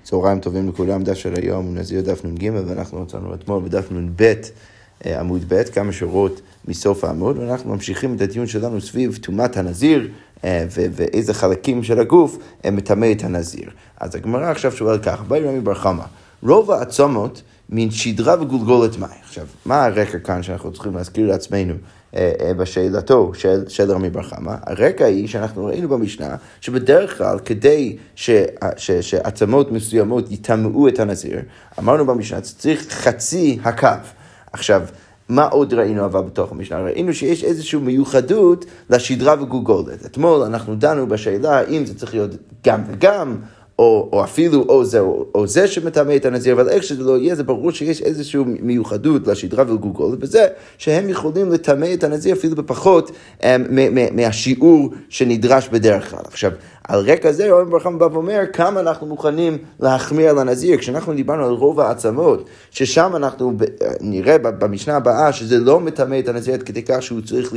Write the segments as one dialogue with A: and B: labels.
A: צהריים טובים לכולם, דף של היום הוא נזיר דף נ"ג, ואנחנו מצאנו אתמול בדף נ"ב עמוד ב' כמה שורות מסוף העמוד, ואנחנו ממשיכים את הדיון שלנו סביב תומת הנזיר ואיזה חלקים של הגוף מטמא את הנזיר. אז הגמרא עכשיו שואל כך, באי רמי בר חמא, רוב העצמות מן שדרה וגולגולת מים. עכשיו, מה הרקע כאן שאנחנו צריכים להזכיר לעצמנו בשאלתו של רמי בר חמא? הרקע היא שאנחנו ראינו במשנה שבדרך כלל כדי שעצמות מסוימות יטמאו את הנזיר, אמרנו במשנה צריך חצי הקו. עכשיו, מה עוד ראינו אבל בתוך המשנה? ראינו שיש איזושהי מיוחדות לשדרה וגולגולת. אתמול אנחנו דנו בשאלה אם זה צריך להיות גם וגם, או אפילו או זה שמטמא את הנזיר, אבל איך שזה לא יהיה, זה ברור שיש איזושהי מיוחדות לשדרה ולגולגולת, בזה שהם יכולים לטמא את הנזיר אפילו בפחות מהשיעור שנדרש בדרך כלל. עכשיו, על רקע זה, רבי בר חמא בא ואומר, כמה אנחנו מוכנים להחמיר על הנזיר, כשאנחנו דיברנו על רוב העצמות, ששם אנחנו נראה במשנה הבאה, שזה לא מטמא את הנזיר, כדי כך שהוא צריך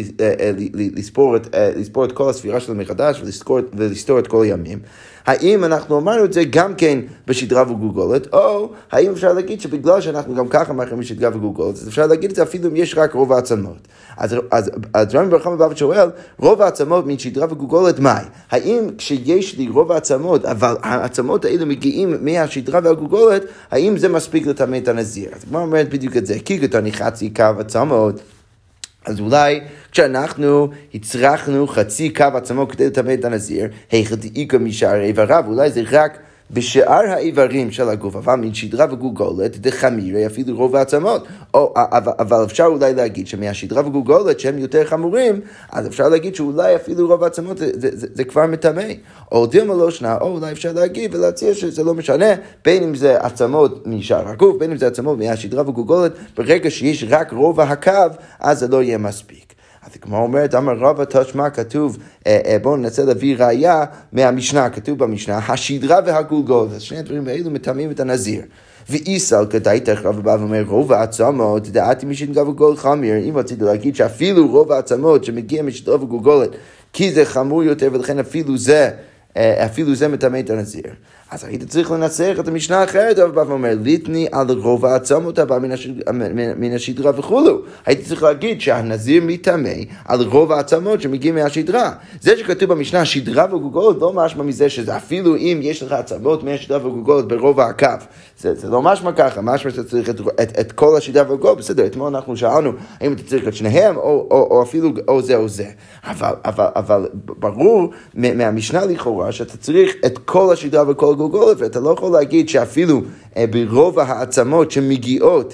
A: לספור את כל הספירה שלו מחדש, ולסתור את כל הימים. האם אנחנו אמרנו את זה גם כן בשדרה וגולגולת, או האם אפשר להגיד שבגלל שאנחנו גם ככה מאחרים בשדרה וגולגולת, אז אפשר להגיד את זה אפילו אם יש רק רוב העצמות. אז רבי בר חמא בא ושואל, רוב העצמות משדרה וגולגולת מהי? האם כשיש לי רוב העצמות, אבל העצמות האלה מגיעים מהשדרה והגולגולת, האם זה מספיק לטמא את הנזיר? אז מה אומרת בדיוק את זה? כי כתוב חצי קו עצמות, אז אולי כשאנחנו הצרכנו חצי קו עצמות כדי לטמא את הנזיר, היכא משאר איבריו, אולי זה רק בשאר האיברים של הגוף, אבל מן שדרה וגולגולת דחמירי אפילו רוב העצמות. אבל אפשר אולי להגיד שמהשדרה וגולגולת שהם יותר חמורים, אז אפשר להגיד שאולי אפילו רוב העצמות זה כבר מטמא. או דילמה לא שנה, או אולי אפשר להגיד ולהציע שזה לא משנה, בין אם זה עצמות משאר הגוף, בין אם זה עצמות מהשדרה וגולגולת, ברגע שיש רק רוב הקו, אז זה לא יהיה מספיק. אז כמו אומרת, אמר רבא תשמע, כתוב, בואו ננסה להביא ראיה מהמשנה, כתוב במשנה, השדרה והגולגולת, אז שני הדברים האלו מטמאים את הנזיר. ואיסל כדאיתך רבא בא ואומר, רוב העצמות, דעתי משדרה וגולגולת חמיר, אם רציתי להגיד שאפילו רוב העצמות שמגיע משדרה וגולגולת, כי זה חמור יותר ולכן אפילו זה מטמא את הנזיר. אז היית צריך לנסח את המשנה אחרת, אבל בא ואומר, ליתני על רוב העצמות הבא מן השדרה וכולו. הייתי צריך להגיד שהנזיר מטמא על רוב העצמות שמגיעים מהשדרה. זה שכתוב במשנה, שדרה וגולגולת, לא משמע מזה שזה אפילו אם יש לך עצמות מהשדרה וגולגולת ברוב הקו. זה לא משמע ככה, משמע שאתה צריך את כל השדרה וגולגולת. בסדר, אתמול אנחנו שאלנו, האם אתה צריך את שניהם, או אפילו או זה או זה. אבל ברור מהמשנה לכאורה, שאתה צריך את כל השדרה וכל גולגולת, ואתה לא יכול להגיד שאפילו ברוב העצמות שמגיעות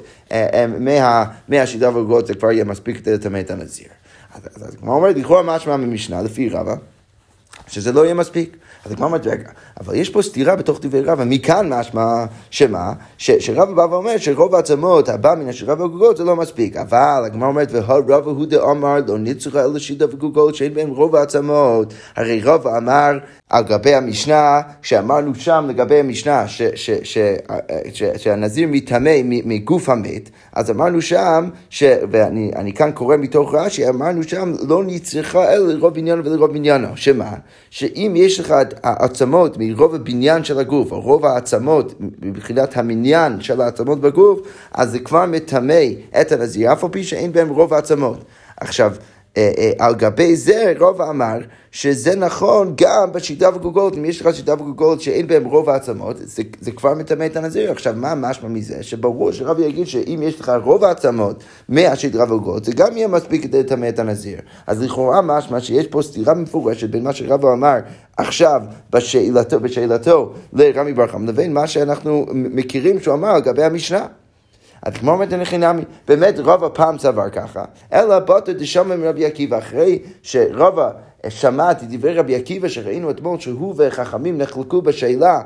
A: מהשדרה והגולגולת זה כבר יהיה מספיק כדי לטמא את הנזיר. אז כמו אומרת, לכאורה משמע ממשנה לפי רבא, שזה לא יהיה מספיק. אז כמו אומרת, רגע, אבל יש פה סתירה בתוך דברי רבא, מכאן משמע שרבא בא ואומר שרוב העצמות הבא מן השדרה והגולגולת זה לא מספיק. אבל הגמרא אומרת, והרבא הוא דאמר לא נצטרך אלא שדרה וגולגולת שאין בהם רוב העצמות. הרי רבא אמר על גבי המשנה, שאמרנו שם לגבי המשנה שהנזיר מטמא מגוף המת, אז אמרנו שם, ואני כאן קורא מתוך רש"י, אמרנו שם לא נצטרך אלא לרוב בניינו ולרוב בניינו. שמה? שאם יש לך העצמות מרוב הבניין של הגוף, או רוב העצמות מבחינת המניין של העצמות בגוף, אז זה כבר מטמא את הנזיר, אף על פי שאין בהם רוב העצמות. עכשיו, על גבי זה רבא אמר שזה נכון גם בשדרה וגולגולת. אם יש לך שדרה וגולגולת שאין בהם רוב העצמות, זה כבר מטמא את הנזיר. עכשיו, מה משמע מזה? שברור שרבא יגיד שאם יש לך רוב העצמות מהשדרה וגולגולת, זה גם יהיה מספיק כדי לטמא את הנזיר. אז לכאורה משמע שיש פה סתירה מפורשת בין מה שרבא אמר עכשיו בשאלתו לרמי בר חמא לבין מה שאנחנו מכירים שהוא אמר על גבי המשנה. אז כמו אומרת הנחינמי, באמת רבא פעם סבר ככה, אלא באתו דשמע מרבי עקיבא, אחרי שרבא שמע את דברי רבי עקיבא שראינו אתמול שהוא וחכמים נחלקו בשאלה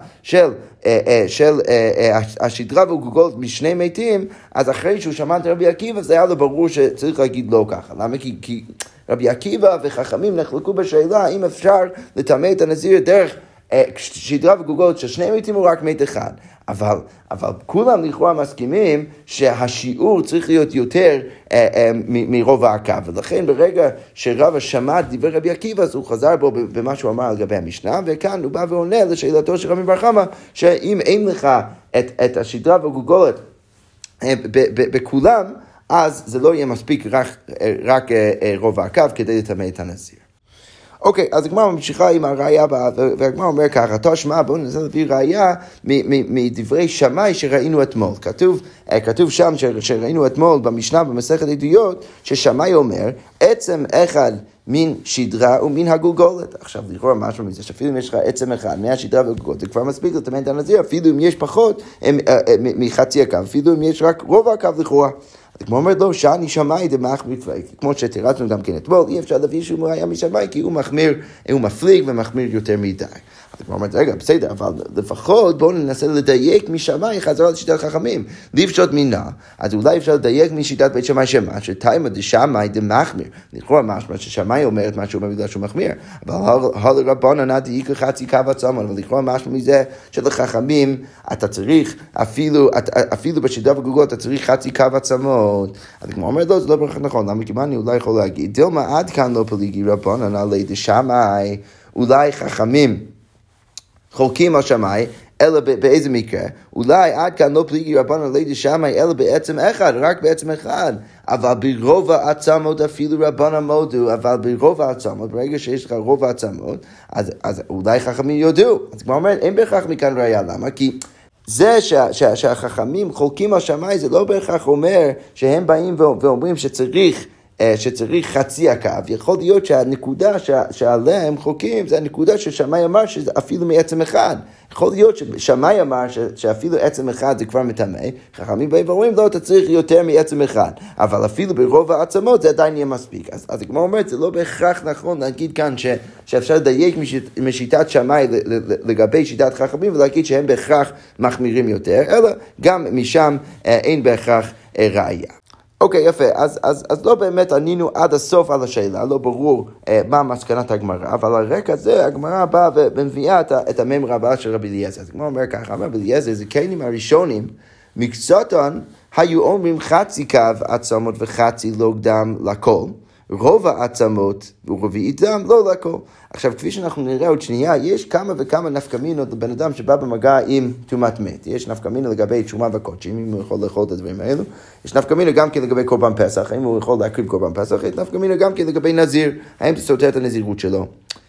A: של השדרה והגולגולת משני מתים, אז אחרי שהוא שמע את רבי עקיבא זה היה לו ברור שצריך להגיד לא ככה. למה? כי רבי עקיבא וחכמים נחלקו בשאלה אם אפשר לטמא את הנזיר דרך שדרה וגולגולת ששניהם יתימו רק מת אחד. אבל כולם לכאורה מסכימים שהשיעור צריך להיות יותר מרוב העקב, ולכן ברגע שרבא שמע דברי רבי עקיבא, אז הוא חזר בו במה שהוא אמר לגבי המשנה, וכאן הוא בא ועונה לשאלתו של רבי בר חמא, שאם אין לך את השדרה והגולגולת בכולם, אז זה לא יהיה מספיק רק רוב העקב כדי לטמא את הנזיר. אוקיי, אז הגמרא ממשיכה עם הראייה הבאה, והגמרא אומר ככה, תשמע, בואו ננסה להביא ראייה מדברי שמאי שראינו אתמול. כתוב שם שראינו אתמול במשנה במסכת עדויות, ששמאי אומר, עצם אחד מן שדרה ומן הגולגולת. עכשיו, לכאורה משהו מזה, שאפילו אם יש לך עצם אחד מהשדרה והגולגולת, זה כבר מספיק לטמא את הנזיר, אפילו אם יש פחות מחצי הקו, אפילו אם יש רק רוב הקו לכאורה. כמו אומר לו, שאני שמאי דמחמיר פליג, כמו שתירצנו גם כן אתמול, אי אפשר להביא שום ראיה משמאי, כי הוא מפליג ומחמיר יותר מדי. אז כמו אומרת, רגע, בסדר, אבל לפחות בואו ננסה לדייק משמאי חזרה לשיטת חכמים, לפשוט מינה, אז אולי אפשר לדייק משיטת בית שמאי שמה, שתימא דשמאי דמחמיר, לכאורה משמע ששמאי אומר את מה שהוא אומר בגלל שהוא מחמיר, אבל רבנן דאיכא חצי קו עצמון, אבל לכאורה משמע מזה שלחכמים אתה צריך, אפילו בשיטה וגולגולת, אתה צריך חצי קו עצמון. אז כמו אומר, לא, זה לא בהכרח נכון, למה כיוון אני אולי יכול להגיד, דילמה עד כאן לא פליגי רבנן עלי דשמאי, אולי חכמים חולקים על שמאי, אלא באיזה מקרה? אולי עד כאן לא פליגי רבנן עלי דשמאי, אלא בעצם אחד, רק בעצם אחד. אבל ברוב העצמות אפילו רבנן מודו, אבל ברוב העצמות, ברגע שיש לך רוב העצמות, אז אולי חכמים יודעו. אז כמו אומרת, אין בהכרח מכאן ראיה, למה? כי זה שהחכמים חולקים על שמאי, זה לא בהכרח אומר שהם באים ואומרים שצריך חצי הקו. יכול להיות שהנקודה שעליה הם חוקים, זה הנקודה ששמאי אמר שזה אפילו מעצם אחד. יכול להיות ששמאי אמר שאפילו עצם אחד זה כבר מטמא, חכמים באים ואומרים, לא, אתה צריך יותר מעצם אחד. אבל אפילו ברוב העצמות זה עדיין יהיה מספיק. אז כמו אומרת, זה לא בהכרח נכון להגיד כאן שאפשר לדייק משיטת שמאי לגבי שיטת חכמים, ולהגיד שהם בהכרח מחמירים יותר, אלא גם משם אין בהכרך ראייה. אוקיי, יפה, אז לא באמת ענינו עד הסוף על השאלה, לא ברור מה מסקנת הגמרא, אבל על רקע זה הגמרא באה ומביאה את הממרה הבאה של רבי אליעזר. אז כמו אומר ככה, רבי אליעזר, זה קיינים הראשונים, מקצתן היו אומרים חצי קו עצמות וחצי לוג דם לכל, רוב העצמות ורביעית דם לא לכל. עכשיו, כפי שאנחנו נראה עוד שנייה, יש כמה וכמה נפקמינות לבן אדם שבא במגע עם תומת מת. יש נפקמינה לגבי תשומה וקודשים, אם הוא יכול לאכול את הדברים האלו. יש נפקמינה גם כן לגבי קורבן פסח, אם הוא יכול להקריב קורבן פסח. יש נפקמינה גם כן לגבי נזיר, האם זה סותר את הנזירות שלו.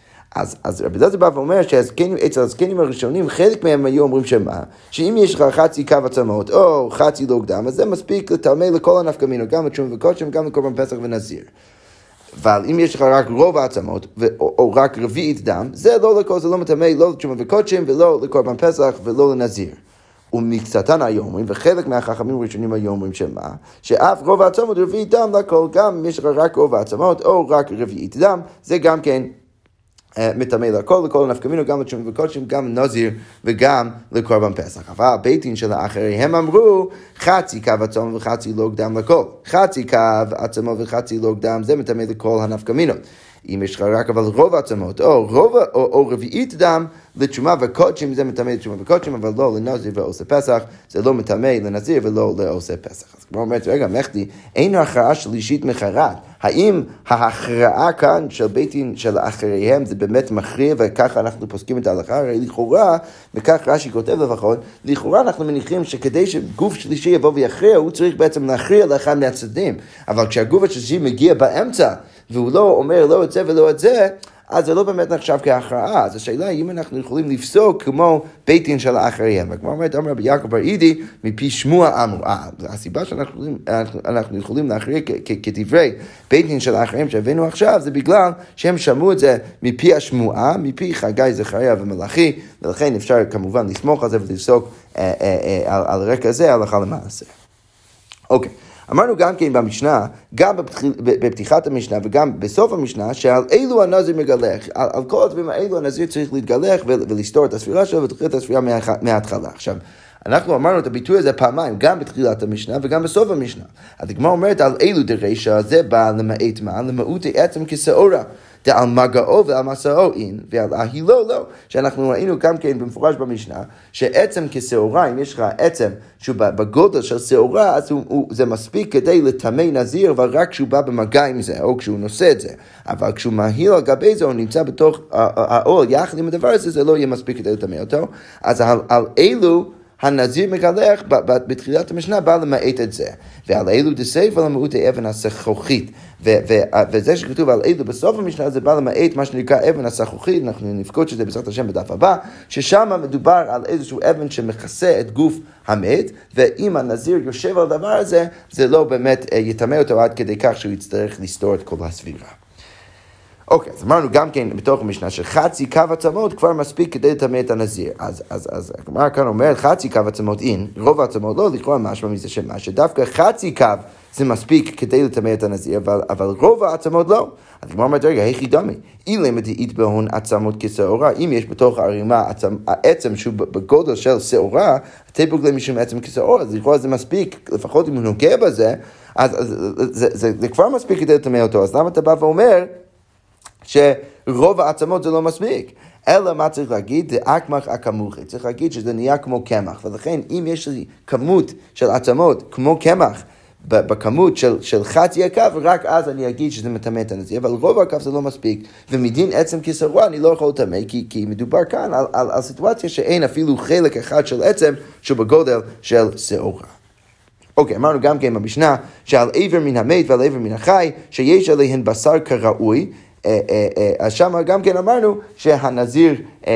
A: אז רבי אליעזר בא ואומר שאצל הזקנים הראשונים, חלק מהם היו אומרים שמה, שאם יש לך חצי קו עצמות או חצי לוג דם, אז זה מספיק לטמא לכל הנפקמינות, גם לתשומה וקודשים, גם לקורבן פסח ונזיר. אבל אם יש לך רק רוב העצמות, או רק רביעית דם, זה לא לכל, זה לא מטמא, לא לתשומה וקודשים, ולא לקורבן פסח, ולא לנזיר. ומקצתן היו אומרים, וחלק מהחכמים הראשונים היו אומרים שמה, שאף רוב העצמות רביעית דם לכל, גם אם יש לך רק רוב העצמות, או רק רביעית דם, זה גם כן מטמא לכל הנפקמינו, גם לתשומה וקודשים, גם לנזיר וגם לקורבן פסח. אבל בית דין של האחרים אמרו חצי קו עצמות וחצי לוג דם לכל. חצי קו עצמות וחצי לוג דם זה מטמא לכל הנפקמינות. אם יש לך רק אבל רוב העצמות או רביעית דם לתשומה וקודשים, זה מטמא לתשומה וקודשים, אבל לא לנזיר ועושה פסח, זה לא מטמא לנזיר ולא לעושה פסח. אז כמו אומרת, רגע, מחדי, אין הכרעה שלישית מכרעת. האם ההכרעה כאן של בית דין של אחריהם זה באמת מכריע, וככה אנחנו פוסקים את ההלכה? הרי לכאורה, וכך רש"י כותב לפחות, לכאורה אנחנו מניחים שכדי שגוף שלישי יבוא ויכריע, הוא צריך בעצם להכריע לאחד מהצדדים. אבל כשהגוף השלישי מגיע באמצע, והוא לא אומר לא את זה ולא את זה, אז זה לא באמת נחשב כהכרעה. אז השאלה היא אם אנחנו יכולים לפסוק כמו בית דין של האחריהם. וכמו אומרת, אמר רבי יעקב בר אידי, מפי שמוע אמרו. הסיבה שאנחנו יכולים להכריע כדברי בית דין של האחריהם שהבאנו עכשיו, זה בגלל שהם שמעו את זה מפי השמועה, מפי חגי, זכריה ומלאכי, ולכן אפשר כמובן לסמוך על זה ולפסוק על רקע זה הלכה למעשה. אוקיי. אמרנו גם כן במשנה, גם בפתיחת המשנה וגם בסוף המשנה, שעל אילו הנזיר מגלח, על כל הדברים האלו הנזיר צריך להתגלח ולסתור את הספירה שלו ותתחיל את הספירה מההתחלה. עכשיו, אנחנו אמרנו את הביטוי הזה פעמיים, גם בתחילת המשנה וגם בסוף המשנה. הדגמרא אומרת על אילו דרישא, זה בא למעט מה? למעוטי עצם כשעורה. דעל מגעו ועל מסעו אין, ועל אהילו לא. שאנחנו ראינו גם כן במפורש במשנה, שעצם כשעורה, אם יש לך עצם שהוא בגודל של שעורה, אז זה מספיק כדי לטמא נזיר, אבל רק כשהוא בא במגע עם זה, או כשהוא נושא את זה. אבל כשהוא מהיל על גבי זה, הוא נמצא בתוך האול, יחד עם הדבר הזה, זה לא יהיה מספיק כדי לטמא אותו. אז על אילו, הנזיר מגלח בתחילת המשנה בא למעט את זה. ועל אילו דסייף על המעוטי אבן הסכוכית. וזה שכתוב על אילו בסוף המשנה זה בא למעט מה שנקרא אבן הסכוכית, אנחנו נפקוד שזה בעזרת השם בדף הבא, ששם מדובר על איזשהו אבן שמכסה את גוף המת, ואם הנזיר יושב על הדבר הזה, זה לא באמת יטמא אותו עד כדי כך שהוא יצטרך לסתור את כל הסבירה. אוקיי, אז אמרנו גם כן בתוך המשנה שחצי קו עצמות כבר מספיק כדי לטמא את הנזיר. אז הגמרא כאן אומרת חצי קו עצמות אין, רוב העצמות לא, לכאורה משמע מזה שדווקא חצי קו זה מספיק כדי לטמא את הנזיר, אבל רוב העצמות לא. אז הגמרא אומרת, רגע, היכי דמי, אילם דאית בהון עצמות כשעורה, אם יש בתוך הערימה עצם שהוא בגודל של שעורה, תפוגלה משום עצם כשעורה, אז לכאורה זה מספיק, לפחות אם הוא נוגע בזה, אז זה כבר מספיק כדי לטמא אותו. אז למה אתה בא ואומר שרוב העצמות זה לא מספיק? אלא מה צריך להגיד? זה אקמח אקמוחי. צריך להגיד שזה נהיה כמו קמח. ולכן אם יש לי כמות של עצמות כמו קמח, בכמות של חצי הקו, רק אז אני אגיד שזה מטמא את הנזיר, אבל רוב הקו זה לא מספיק. ומדין עצם כשעורה אני לא יכול לטמא, כי מדובר כאן על סיטואציה שאין אפילו חלק אחד של עצם שהוא בגודל של שעורה. אוקיי, אמרנו גם כן במשנה שעל עבר מן המת ועל עבר מן החי, שיש עליהן בשר כראוי, אז שם גם כן אמרנו שהנזיר,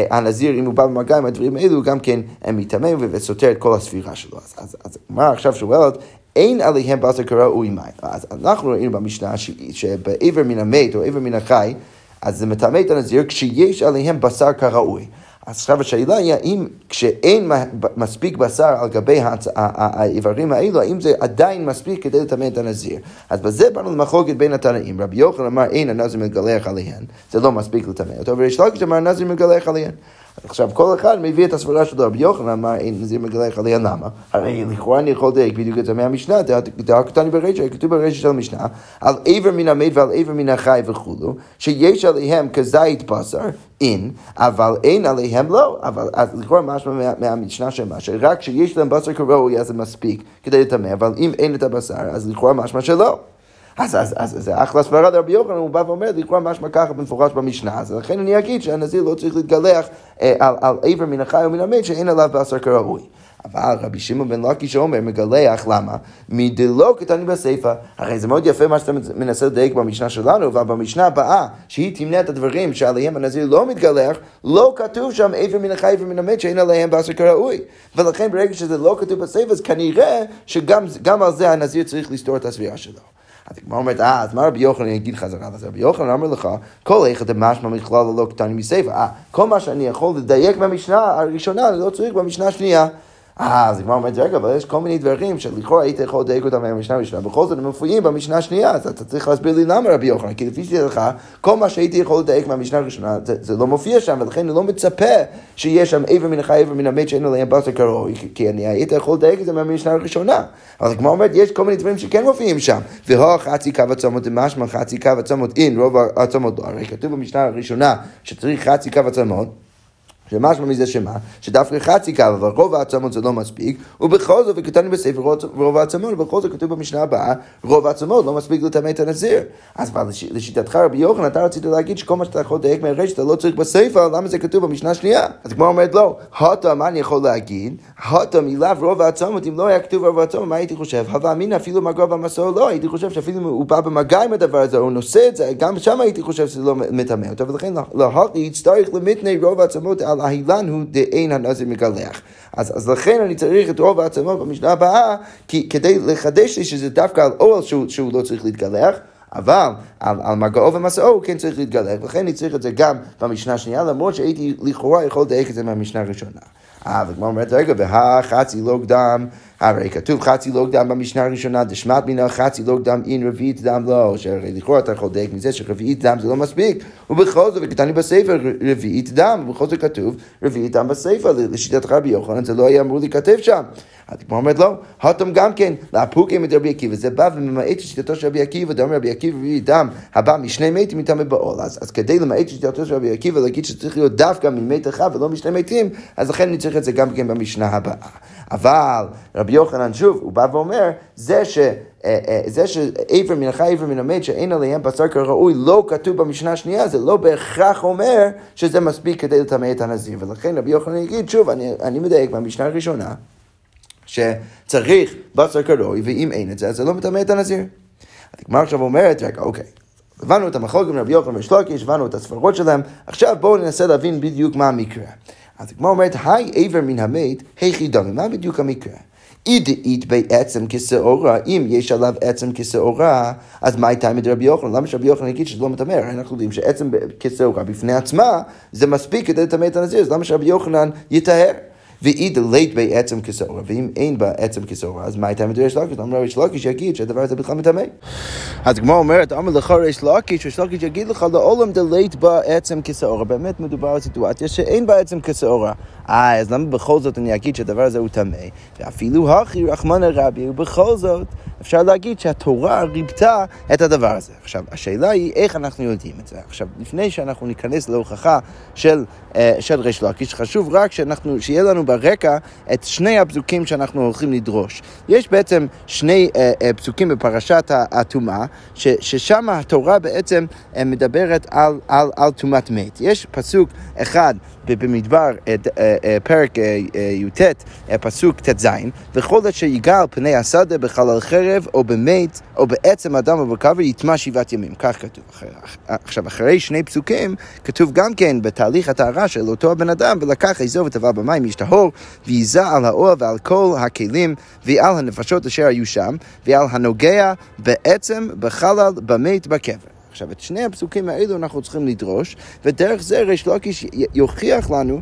A: אם הוא בא במגע עם הדברים האלו, גם כן מתאמן וסותר את כל הספירה שלו. אז מה עכשיו שואלת, אין עליהם בשר כראוי מים. אז אנחנו ראינו במשנה שבעבר מן המת או עבר מן החי, אז זה מטמא את הנזיר כשיש עליהם בשר כראוי. אז עכשיו השאלה היא, האם כשאין מספיק בשר על גבי האיברים האלו, האם זה עדיין מספיק כדי לטמא את הנזיר? אז בזה באנו למחלוקת בין התנאים. רבי יוחנן אמר, אין הנזיר מגלח עליהן, זה לא מספיק לטמא אותו, וריש לקיש אמר, הנזיר מגלח עליהן. עכשיו כל אחד מביא את הסברה שלו, רבי יוחנן אמר, אין נזיר מגלח עליהן, למה? הרי לכאורה אני יכול לדייק בדיוק את זה מהמשנה, דאקתני ברישא, כתוב ברישא של המשנה, על עבר מן המת ועל עבר מן החי וכולו, שיש עליהם כזית בשר, אין, אבל אין עליהם לא, אבל אז לכאורה משמע מהמשנה שמה, שרק כשיש להם בשר כראוי אז זה מספיק כדי לטמא, אבל אם אין את הבשר, אז לכאורה משמע שלא. אז זה אחלה סברה לרבי יוחנן, הוא בא ואומר, לכאורה משמע ככה במפורש במשנה, אז לכן אני אגיד שהנזיר לא צריך להתגלח על עבר מן החי או מן המת שאין עליו בשר כראוי. אבל רבי שמעון בן לקיש אומר, מגלח, למה? מדלא כתני בסיפא. הרי זה מאוד יפה מה שאתה מנסה לדייק במשנה שלנו, אבל במשנה הבאה, שהיא תמנה את הדברים שעליהם הנזיר לא מתגלח, לא כתוב שם עבר מן החי ומן המת שאין עליהם בשר כראוי. ולכן ברגע שזה לא כתוב בסיפא, אז כנראה שגם על זה הנזיר צריך לסתור את הסבירה שלו. אז כמו אומרת, אז מה רבי יוחנן יגיד חזרה? אז רבי יוחנן אומר לך, כל איך אתה משמע מכלל לא קטני מסייפה. כל מה שאני יכול לדייק במשנה הראשונה, אני לא צריך במשנה השנייה. אז כבר אומרת, רגע, אבל יש כל מיני דברים שלכאורה היית יכול לדייק אותם במשנה הראשונה, בכל זאת הם מופיעים במשנה השנייה, אז אתה צריך להסביר לי למה רבי יוחנן, כי לפי לך, כל מה שהייתי יכול לדייק במשנה הראשונה, זה לא מופיע שם, ולכן אני לא מצפה שיש שם עבר מן החי, עבר מן המת שאין עליהם בשר כראוי, כי אני הייתי יכול לדייק את זה מהמשנה הראשונה. אבל כמו אומרת, יש כל מיני דברים שכן מופיעים שם, והוא חצי קו עצמות, משמע חצי קו עצמות אין, רוב העצמות לא. הרי כתוב במשנה הראשונה שצריך חצי קו עצמות, שמשמע מזה שמה? שדווקא חצי קו, אבל רוב העצמות זה לא מספיק, ובכל זאת, וכתבנו בספר רוב העצמות, ובכל זאת כתוב במשנה הבאה, רוב העצמות לא מספיק לטמא את הנזיר. אז לשיטתך רבי יוחנן, אתה רצית להגיד שכל מה שאתה יכול לדייק מהרשת, אתה לא צריך בספר, למה זה כתוב במשנה השנייה? אז כמו אומרת לא, הוטה, מה אני יכול להגיד? הוטה מילא רוב העצמות, אם לא היה כתוב רוב העצמות, מה הייתי חושב? הווה אמינא אפילו מגע במסור לא, הייתי חושב שאפילו הוא בא במגע עם הדבר הזה, הוא נושא את זה, גם שם הייתי חושב שזה לא מטמא אותו, ולכן יצטרך למתני רוב העצמות על ההילן הוא דאין הנזיר מגלח. אז לכן אני צריך את רוב העצמות במשנה הבאה, כדי לחדש לי שזה דווקא על אוהל שהוא לא צריך להתגלח, אבל על מגעו ומסעו הוא כן צריך להתגלח, לכן אני צריך את זה גם במשנה השנייה, למרות שהייתי לכאורה יכול לדייק את זה מהמשנה הראשונה. וכמו אומרת, רגע, והחצי לא קדם, הרי כתוב חצי לא קדם במשנה הראשונה, דשמט מינה חצי לא קדם אין רביעית דם לא, שהרי לכאורה אתה יכול לדייק מזה שרביעית דם זה לא מספיק, ובכל זאת, וכתבני בספר רביעית דם, ובכל זאת כתוב רביעית דם בספר, לשיטת רבי יוחנן זה לא היה אמור להיכתב שם. הגמרא אומרת לא, הותם גם כן, להפוקי מדרבי עקיבא, זה בא וממעט את שיטתו של רבי עקיבא, דאמר רבי עקיבא מביא דם הבא משני מתים מטמא בעול, אז כדי למעט את שיטתו של רבי עקיבא, להגיד שצריך להיות דווקא ממת אחד ולא משני מתים, אז לכן אני צריך את זה גם כן במשנה הבאה. אבל רבי יוחנן שוב, הוא בא ואומר, זה שעבר מן החי עבר מן המת שאין עליהם בשר כראוי לא כתוב במשנה השנייה, זה לא בהכרח אומר שזה מספיק כדי לטמא את הנזיר, ולכן רבי יוחנן יגיד שוב, אני מדייק במשנה הראשונה שצריך בשר כראוי, ואם אין את זה אז זה לא מטמא את הנזיר. הגמרא עכשיו אומרת, רגע, אוקיי, הבנו את המחלוקת עם רבי יוחנן וריש לקיש, הבנו את הספרות שלהם, עכשיו בואו ננסה להבין בדיוק מה המקרה. אז הגמרא אומרת, היי עבר מן המת, היכי דמי, מה בדיוק המקרה? אידאית בעצם כשעורה, אם יש עליו עצם כשעורה, אז מה הייתה עם רבי יוחנן? למה שרבי יוחנן יגיד שזה לא מטמא? אנחנו יודעים שעצם כשעורה בפני עצמה, זה מספיק כדי לטמא את הנזיר, אז למה שרבי יוחנן יטהר? ואיד לית בעצם כשעורה, ואם אין בה עצם כשעורה, אז מה הייתה עם ריש לקיש? אמר ריש לקיש יגיד שהדבר הזה בכלל מטמא. אז כמו אומרת, אמר לך ריש לקיש יגיד לך לעולם דלית בעצם כשעורה, באמת מדובר על סיטואציה שאין בה עצם כשעורה. אז למה בכל זאת אני אגיד שהדבר הזה הוא טמא? ואפילו הכי רחמנא רבי, ובכל זאת אפשר להגיד שהתורה ריבתה את הדבר הזה. עכשיו, השאלה היא איך אנחנו יודעים את זה. עכשיו, לפני שאנחנו ניכנס להוכחה של ריש לקיש, חשוב רק שיהיה לנו ברקע את שני הפסוקים שאנחנו הולכים לדרוש. יש בעצם שני פסוקים בפרשת הטומאה, ששם התורה בעצם מדברת על טומאת מת. יש פסוק אחד במדבר פרק י"ט, פסוק ט"ז, וכל אשר ייגע על פני השדה בחלל חרב או במת או בעצם אדם או בקבר יטמא 7 ימים. כך כתוב. עכשיו, אחרי שני פסוקים כתוב גם כן בתהליך הטהרה של אותו הבן אדם, ולקח עזוב וטבע במים ישתהור ויזע על האוהל ועל כל הכלים ועל הנפשות אשר היו שם ועל הנוגע בעצם בחלל במת בקבר. עכשיו, את שני הפסוקים האלו אנחנו צריכים לדרוש, ודרך זה ריש לקיש יוכיח לנו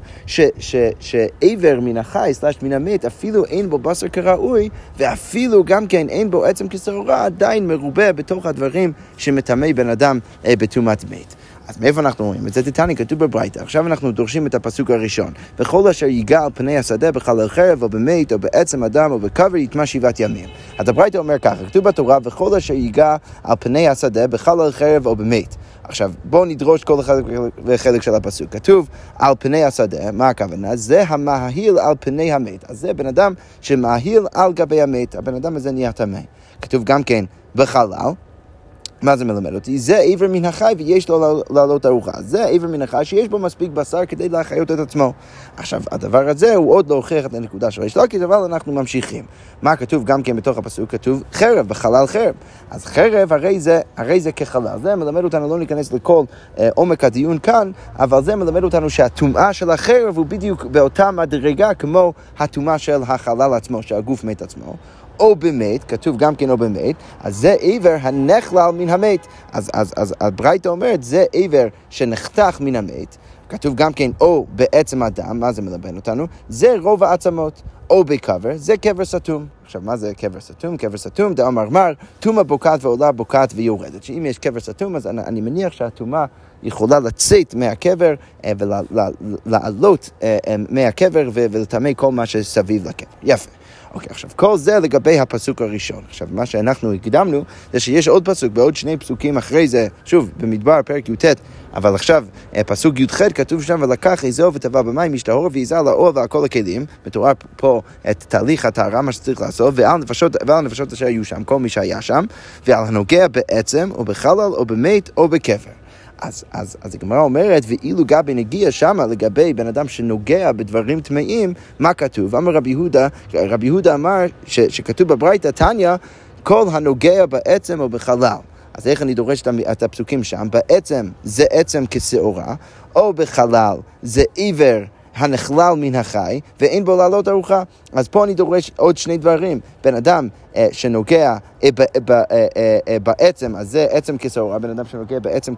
A: שעבר מן החי / מן המת, אפילו אין בו בשר כראוי, ואפילו גם כן אין בו עצם כשעורה, עדיין מרובה בתוך הדברים שמטמא בן אדם בטומאת מת. אז מאיפה אנחנו רואים? את זה תתני כתוב בברייתא. עכשיו אנחנו דורשים את הפסוק הראשון. וכל אשר ייגע על פני השדה בחלל חרב או במת או בעצם אדם או בקבר יטמא 7 ימים. אז הברייתא אומר ככה, כתוב בתורה, וכל אשר ייגע על פני השדה בחלל חרב או במת. עכשיו, בואו נדרוש כל אחד וחלק של הפסוק. כתוב על פני השדה, מה הכוונה? זה המאהיל על פני המת. אז זה בן אדם שמאהיל על גבי המת. הבן אדם הזה נהיה טמא. כתוב גם כן בחלל. מה זה מלמד אותי? זה עבר מן החי ויש לו לעלות ארוחה. זה עבר מן החי שיש בו מספיק בשר כדי להחיות את עצמו. עכשיו, הדבר הזה הוא עוד לא הוכיח את הנקודה של ריש לקיש, אבל אנחנו ממשיכים. מה כתוב גם כן בתוך הפסוק? כתוב חרב, בחלל חרב. אז חרב הרי זה כחלל. זה מלמד אותנו, לא ניכנס לכל עומק הדיון כאן, אבל זה מלמד אותנו שהטומאה של החרב הוא בדיוק באותה מדרגה כמו הטומאה של החלל עצמו, שהגוף מת עצמו. או במת, כתוב גם כן או במת, אז זה עבר הנכלל מן המת. אז הברייתא אומרת, זה עבר שנחתך מן המת, כתוב גם כן או בעצם אדם, מה זה מלמד אותנו? זה רוב העצמות. או בקבר, זה קבר סתום. עכשיו, מה זה קבר סתום? קבר סתום, דאמר מר, טומאה בוקעת ועולה בוקעת ויורדת. שאם יש קבר סתום, אז אני מניח שהטומאה יכולה לצאת מהקבר ולעלות מהקבר ולטמא כל מה שסביב לקבר. יפה. אוקיי, עכשיו, כל זה לגבי הפסוק הראשון. עכשיו, מה שאנחנו הקדמנו, זה שיש עוד פסוק, בעוד שני פסוקים אחרי זה, שוב, במדבר, פרק י"ט, אבל עכשיו, פסוק י"ח כתוב שם, ולקח עזוב וטבע במים, ישתהור ויזע לאוהל ועל כל הכלים, מתואר פה את תהליך הטהרה, מה שצריך לעשות, ועל הנפשות אשר היו שם, כל מי שהיה שם, ועל הנוגע בעצם, או בחלל, או במת, או בקבר. אז הגמרא אומרת, ואילו גבי נגיע שמה לגבי בן אדם שנוגע בדברים טמאים, מה כתוב? אמר רבי יהודה אמר שכתוב בברייתא תניא, כל הנוגע בעצם או בחלל. אז איך אני דורש את הפסוקים שם? בעצם זה עצם כשעורה, או בחלל זה עבר הנכלל מן החי, ואין בו לעלות ארוחה. אז פה אני דורש עוד שני דברים. בן אדם שנוגע בעצם, אז זה עצם כשעורה, בן אדם שנוגע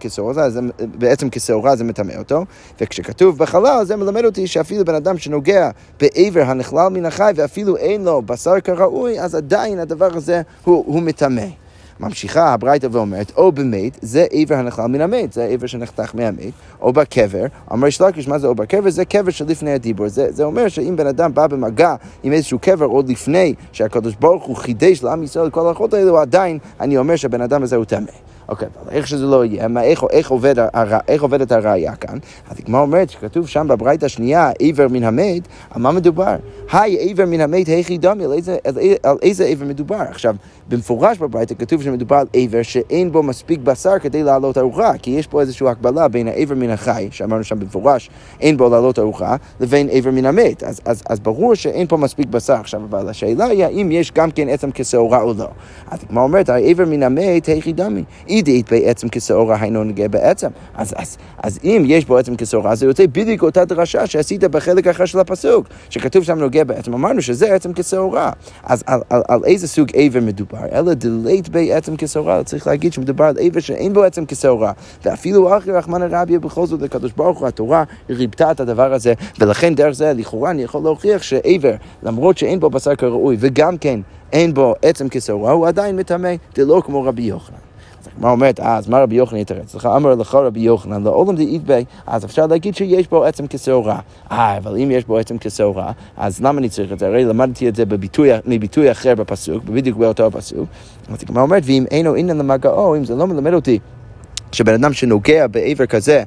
A: בעצם כשעורה זה מטמא אותו, וכשכתוב בחלל זה מלמד אותי שאפילו בן אדם שנוגע בעבר הנכלל מן החי, ואפילו אין לו בשר כראוי, אז עדיין הדבר הזה הוא מטמא. ממשיכה הברייתא ואומרת, או במת, זה עבר הנחלל מן המת, זה עבר שנחתך מהמת, או בקבר, אמר יש לקיש, מה זה או בקבר? זה קבר שלפני הדיבור. זה אומר שאם בן אדם בא במגע עם איזשהו קבר עוד לפני שהקדוש ברוך הוא חידש לעם ישראל כל ההלכות האלו, עדיין אני אומר שהבן אדם הזה הוא טמא. אוקיי, אבל איך שזה לא יהיה, איך עובדת הראייה כאן? אז הגמרא אומרת שכתוב שם בברייתא השנייה, עבר מן המת, על מה מדובר? היי, עבר מן המת, היכי דמי, על איזה עבר מדובר? עכשיו, במפורש בברייתא כתוב שמדובר על עבר שאין בו מספיק בשר כדי לעלות ארוחה, כי יש פה איזושהי הקבלה בין העבר מן החי, שאמרנו שם במפורש, אין בו לעלות ארוחה, לבין עבר מן המת. אז ברור שאין פה מספיק בשר. עכשיו, אבל השאלה היא, האם יש גם כן עצם כשעורה או לא? אז הגמרא אומרת, העבר מן המת, היכי דמי. אידית בעצם כשעורה היינו נגע בעצם. אז אם יש בו עצם כשעורה, זה יוצא בדיוק אותה דרשה שעשית בחלק אחר של הפסוק, שכתוב שם נוגע בעצם. אמרנו שזה עצם כשעורה. אז על איזה סוג עבר מדובר? אלא דלית בעצם כשעורה, צריך להגיד שמדובר על עבר שאין בו עצם כשעורה. ואפילו אחרי רחמנא רביא בכל זאת לקדוש ברוך הוא, התורה ריבתה את הדבר הזה, ולכן דרך זה לכאורה אני יכול להוכיח שעבר, למרות שאין בו בשר כראוי, וגם כן אין בו עצם כשעורה, הוא עדיין מטמא, דלא כמו רבי יוחנן. מה אומרת, אז מה רבי יוחנן יתרץ? אמר לך רבי יוחנן, לעולם דאית בי, אז אפשר להגיד שיש בו עצם כשעורה. אבל אם יש בו עצם כשעורה, אז למה אני צריך את זה? הרי למדתי את זה מביטוי אחר בפסוק, בדיוק באותו הפסוק. אז מה אומרת, ואם אינו עניין למגעו, אם זה לא מלמד אותי, שבן אדם שנוגע בעבר כזה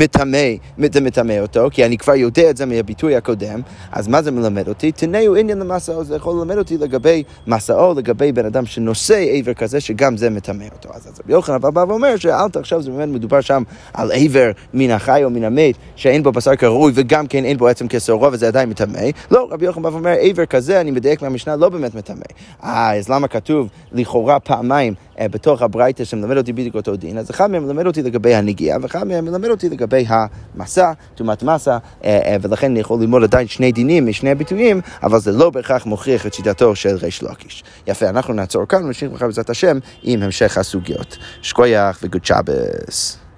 A: מטמא אותו, כי אני כבר יודע את זה מהביטוי הקודם, אז מה זה מלמד אותי? תנאו עניין למסעו, זה יכול ללמד אותי לגבי מסעו, לגבי בן אדם שנושא עבר כזה, שגם זה מטמא אותו. אז רבי יוחנן בא ואומר שאל תחשוב, זה באמת מדובר שם על עבר מן החי או מן המת, שאין בו בשר כראוי, וגם כן אין בו עצם כשעורה, וזה עדיין מטמא. לא, רבי יוחנן בא ואומר, עבר כזה, אני מדייק מהמשנה, לא באמת מטמא. אז למה כתוב לכאורה פעמיים בתוך הברייתא שמלמד אותי בדיוק אותו דין? אז אחד מהם מלמד אותי לגבי הנגיעה, ואחד מהם מלמד אותי לגבי המסע, תומת מסע, ולכן אני יכול ללמוד עדיין שני דינים משני הביטויים, אבל זה לא בהכרח מוכיח את שיטתו של ריש לקיש. יפה, אנחנו נעצור כאן ונמשיך בעזרת השם עם המשך הסוגיות. שקוייך וגוד שבס.